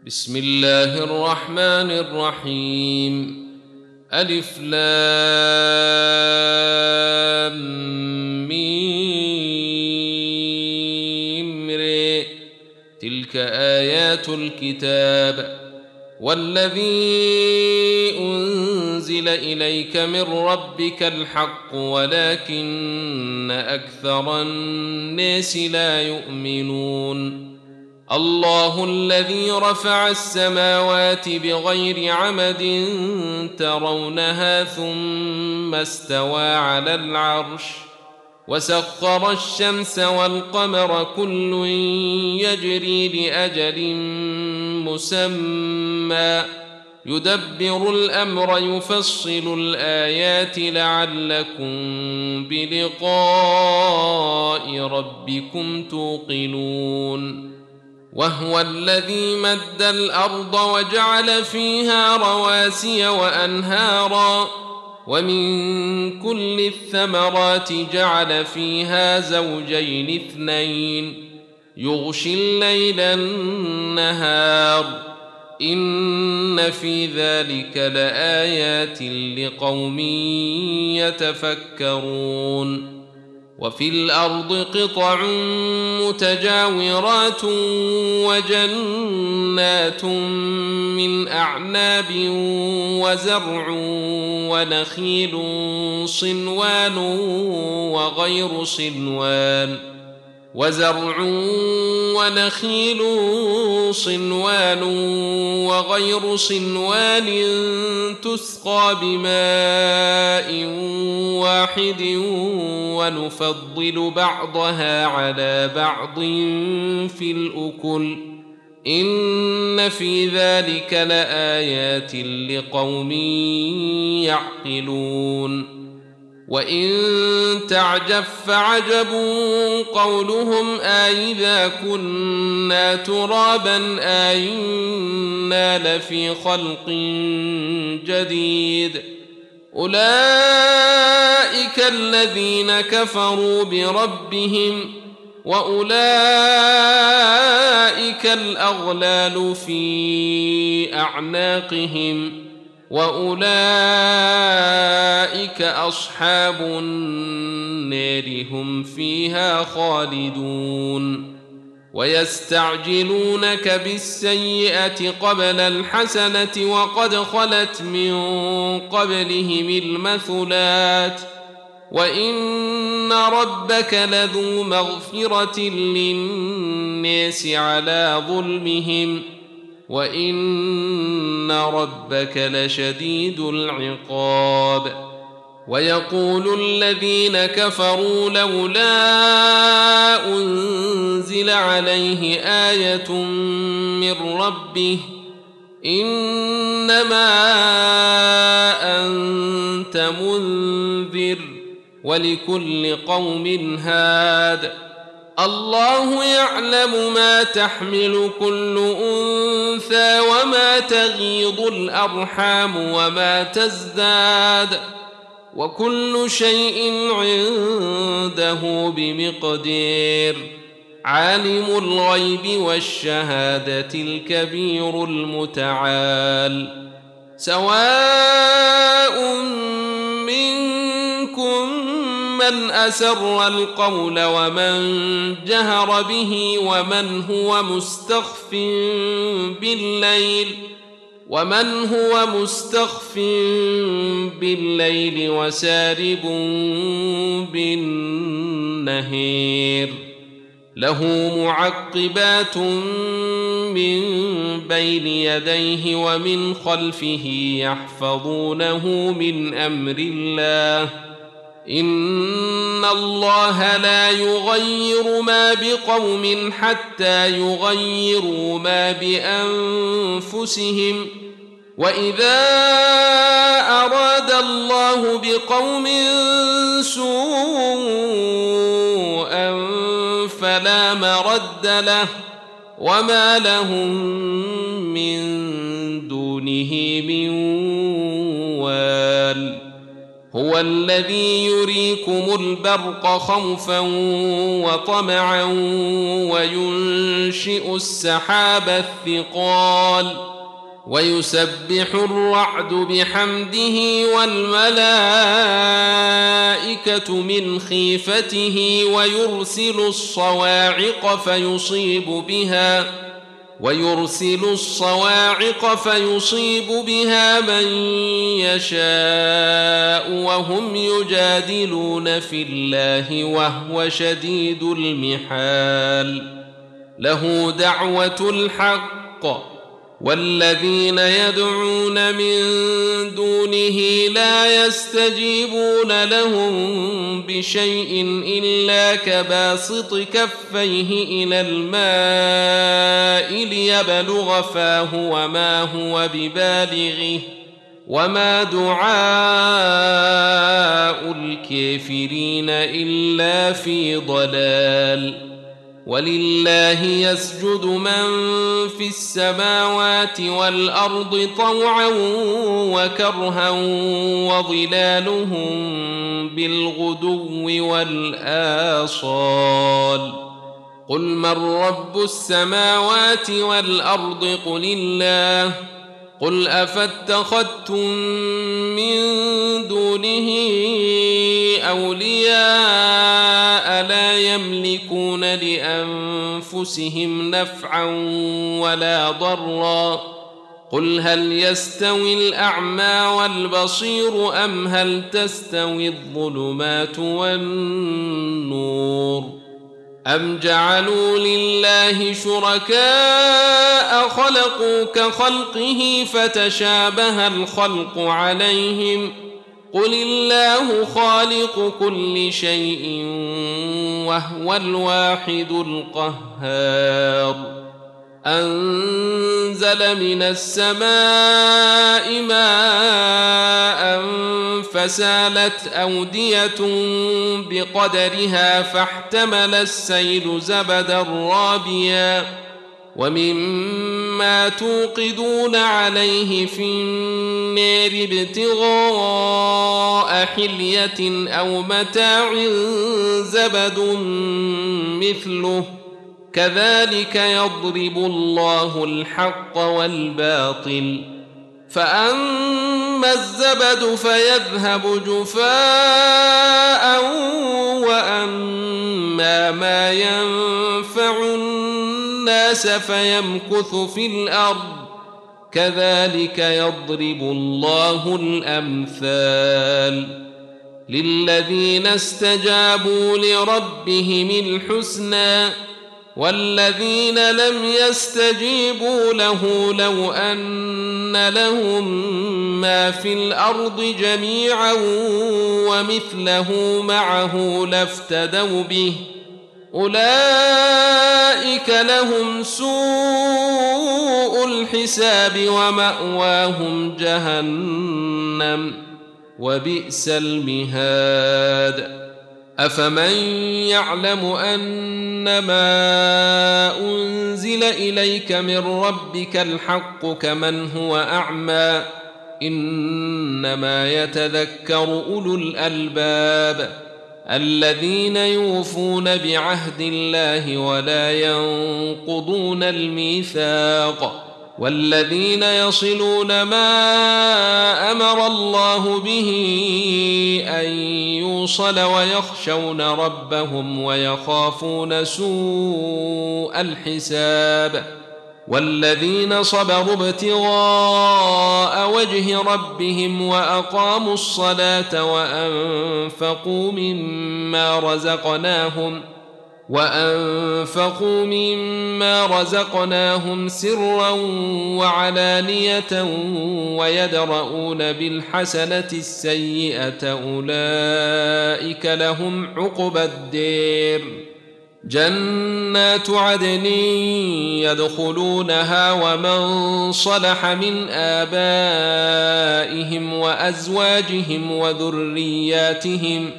بسم الله الرحمن الرحيم. ألف لام ميم ر. تلك آيات الكتاب والذي أنزل إليك من ربك الحق ولكن أكثر الناس لا يؤمنون. الله الذي رفع السماوات بغير عمد ترونها ثم استوى على العرش وسخر الشمس والقمر كل يجري لأجل مسمى يدبر الأمر يفصل الآيات لعلكم بلقاء ربكم توقنون. وهو الذي مد الأرض وجعل فيها رواسي وأنهارا ومن كل الثمرات جعل فيها زوجين اثنين يغشي الليل النهار إن في ذلك لآيات لقوم يتفكرون. وفي الأرض قطع متجاورات وجنات من أعناب وزرع ونخيل صنوان وغير صنوان تسقى بماء واحد ونفضل بعضها على بعض في الأكل إن في ذلك لآيات لقوم يعقلون. وإن تعجب فعجب قولهم أإذا كنا ترابا أإنا لفي خلق جديد أولئك الذين كفروا بربهم وأولئك الأغلال في أعناقهم وأولئك أصحاب النار هم فيها خالدون. ويستعجلونك بالسيئة قبل الحسنة وقد خلت من قبلهم المثلات وإن ربك لذو مغفرة للناس على ظلمهم وإن ربك لشديد العقاب. ويقول الذين كفروا لولا أنزل عليه آية من ربه إنما أنت منذر ولكل قوم هاد الله يعلم ما تحمل كل أنثى وما تغيض الأرحام وما تزداد وكل شيء عنده بمقدار. عالم الغيب والشهادة الكبير المتعال. سواء منكم من أسر القول ومن جهر به ومن هو مستخف بالليل وسارب بالنهار له معقبات من بين يديه ومن خلفه يحفظونه من أمر الله إن الله لا يغير ما بقوم حتى يغيروا ما بأنفسهم وإذا أراد الله بقوم سوءا فلا مرد له وما لهم من دونه من وال. هو الذي يريكم البرق خوفا وطمعا وينشئ السحاب الثقال ويسبح الرعد بحمده والملائكة من خيفته ويرسل الصواعق فيصيب بها من يشاء وهم يجادلون في الله وهو شديد المحال له دعوة الحق والذين يدعون من دونه لا يستجيبون لهم بشيء إلا كباسط كفيه إلى الماء ليبلغ فاه وما هو ببالغه وما دعاء الكافرين إلا في ضلال ولله يسجد من في السماوات والأرض طوعا وكرها وظلالهم بالغدو والآصال قل من رب السماوات والأرض قل الله قل أفاتخذتم من دونه أولياء لا يملكون لأنفسهم نفعا ولا ضرا قل هل يستوي الأعمى والبصير أم هل تستوي الظلمات والنور أم جعلوا لله شركاء خلقوا كخلقه فتشابه الخلق عليهم قل الله خالق كل شيء وهو الواحد القهار أنزل من السماء ماء فسالت أودية بقدرها فاحتمل السيل زبدا رابيا ومما توقدون عليه في النار ابتغاء حلية أو متاع زبد مثله كذلك يضرب الله الحق والباطل فأما الزبد فيذهب جفاء وأما ما ينفع الناس فيمكث في الأرض كذلك يضرب الله الأمثال للذين استجابوا لربهم الحسنى والذين لم يستجيبوا له لو أن لهم ما في الأرض جميعا ومثله معه لافتدوا به أولئك لهم سوء الحساب ومأواهم جهنم وبئس المهاد أفمن يعلم أنما أنزل إليك من ربك الحق كمن هو أعمى إنما يتذكر أولو الألباب الذين يوفون بعهد الله ولا ينقضون الميثاق والذين يصلون ما أمر الله به أن يوصل ويخشون ربهم ويخافون سوء الحساب والذين صبروا ابتغاء وجه ربهم وأقاموا الصلاة وأنفقوا مما رزقناهم سرا وعلانية ويدرؤون بالحسنة السيئة أولئك لهم عقبى الدير جنات عدن يدخلونها ومن صلح من آبائهم وأزواجهم وذرياتهم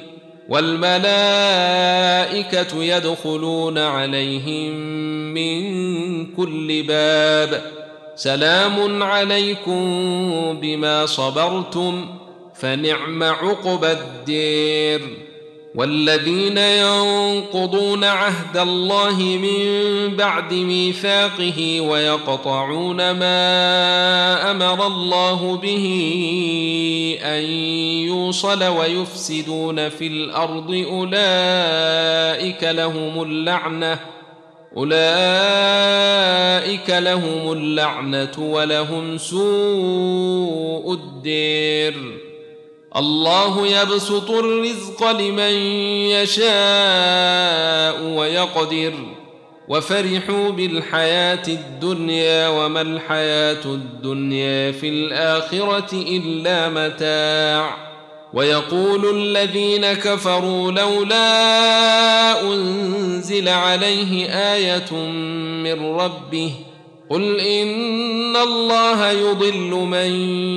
والملائكة يدخلون عليهم من كل باب سلام عليكم بما صبرتم فنعم عقبى الدير. والذين ينقضون عهد الله من بعد ميثاقه ويقطعون ما أمر الله به أن يوصل ويفسدون في الأرض أولئك لهم اللعنة ولهم سوء الدير. الله يبسط الرزق لمن يشاء ويقدر وفرحوا بالحياة الدنيا وما الحياة الدنيا في الآخرة إلا متاع. ويقول الذين كفروا لولا أنزل عليه آية من ربه قل إن الله يضل من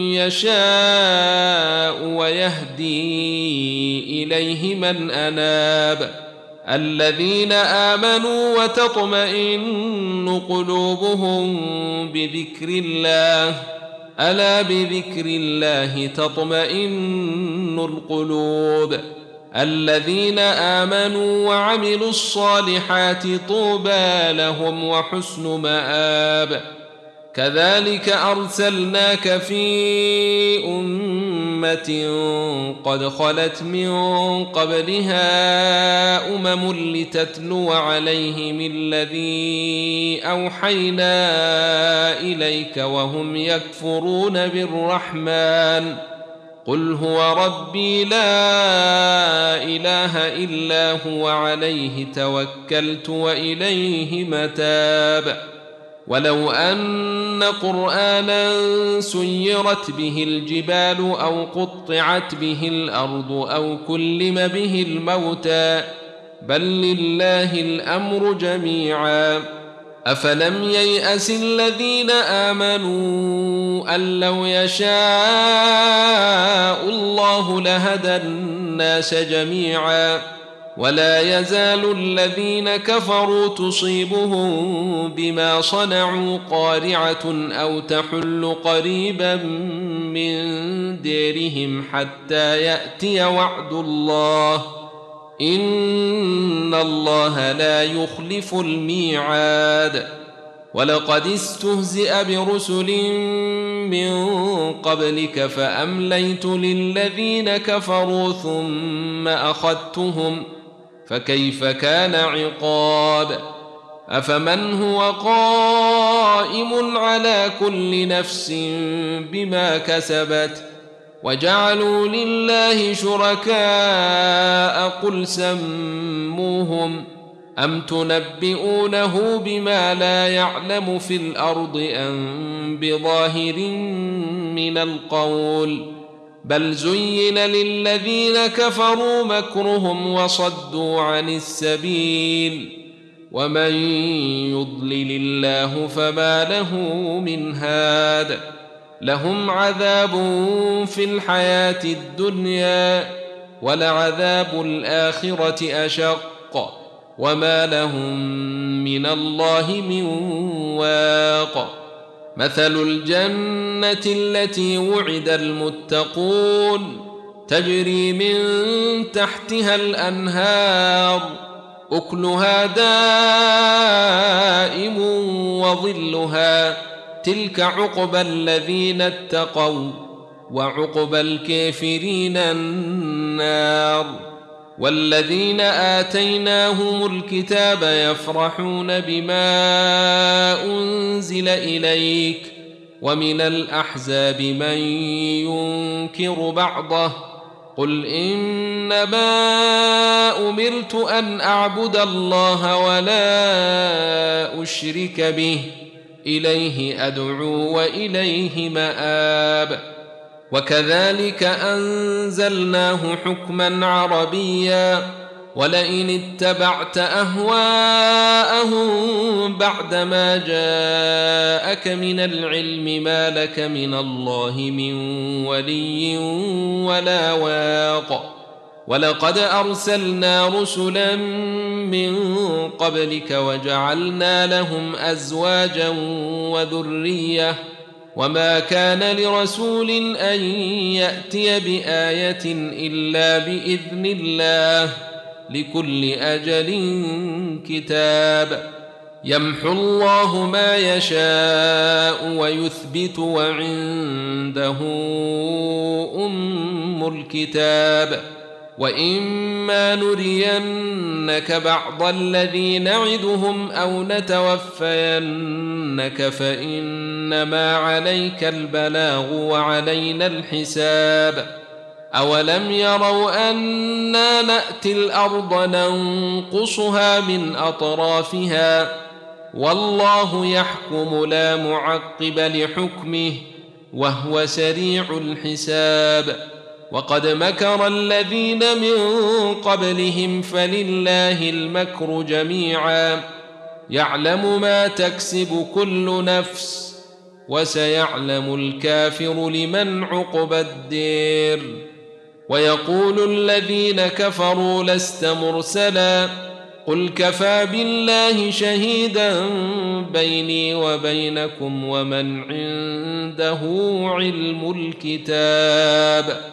يشاء ويهدي إليه من أناب. الذين آمنوا وتطمئن قلوبهم بذكر الله ألا بذكر الله تطمئن القلوب. الذين آمنوا وعملوا الصالحات طوبى لهم وحسن مآب. كذلك أرسلناك في أمة قد خلت من قبلها لتتلو عليهم الذي أوحينا إليك وهم يكفرون بالرحمن قل هو ربي لا إله إلا هو عليه توكلت وإليه متاب. ولو أن قرآنا سيرت به الجبال أو قطعت به الأرض أو كلم به الموتى بل لله الأمر جميعا. أفلم ييأس الذين آمنوا أن لو يشاء الله لهدى الناس جميعا ولا يزال الذين كفروا تصيبهم بما صنعوا قارعة أو تحل قريبا من ديرهم حتى يأتي وعد الله إن الله لا يخلف الميعاد. ولقد استهزئ برسل من قبلك فأمليت للذين كفروا ثم أخذتهم فكيف كان عقاب. أفمن هو قائم على كل نفس بما كسبت وجعلوا لله شركاء قل سموهم أم تنبئونه بما لا يعلم في الأرض أم بظاهر من القول بل زين للذين كفروا مكرهم وصدوا عن السبيل ومن يضلل الله فما له من هاد. لهم عذاب في الحياة الدنيا ولعذاب الآخرة أشق وما لهم من الله من واق. مثل الجنة التي وعد المتقون تجري من تحتها الأنهار أكلها دائم وظلها تلك عقبى الذين اتقوا وعقبى الكافرين النار. والذين آتيناهم الكتاب يفرحون بما أنزل إليك ومن الأحزاب من ينكر بعضه قل إنما أمرت أن أعبد الله ولا أشرك به إليه أدعو وإليه مآب. وكذلك أنزلناه حكما عربيا ولئن اتبعت أهواءهم بعدما جاءك من العلم ما لك من الله من ولي ولا واق. ولقد أرسلنا رسلا من قبلك وجعلنا لهم أزواجا وذرية وما كان لرسول أن يأتي بآية إلا بإذن الله لكل أجل كتاب يمحو الله ما يشاء ويثبت وعنده أم الكتاب وإما نرينك بعض الذي نعدهم أو نتوفينك فإنما عليك البلاغ وعلينا الحساب أولم يروا أنا نأتي الأرض ننقصها من أطرافها والله يحكم لا معقب لحكمه وهو سريع الحساب وقد مكر الذين من قبلهم فلله المكر جميعا يعلم ما تكسب كل نفس وسيعلم الكافر لمن عقبى الدير ويقول الذين كفروا لست مرسلا قل كفى بالله شهيدا بيني وبينكم ومن عنده علم الكتاب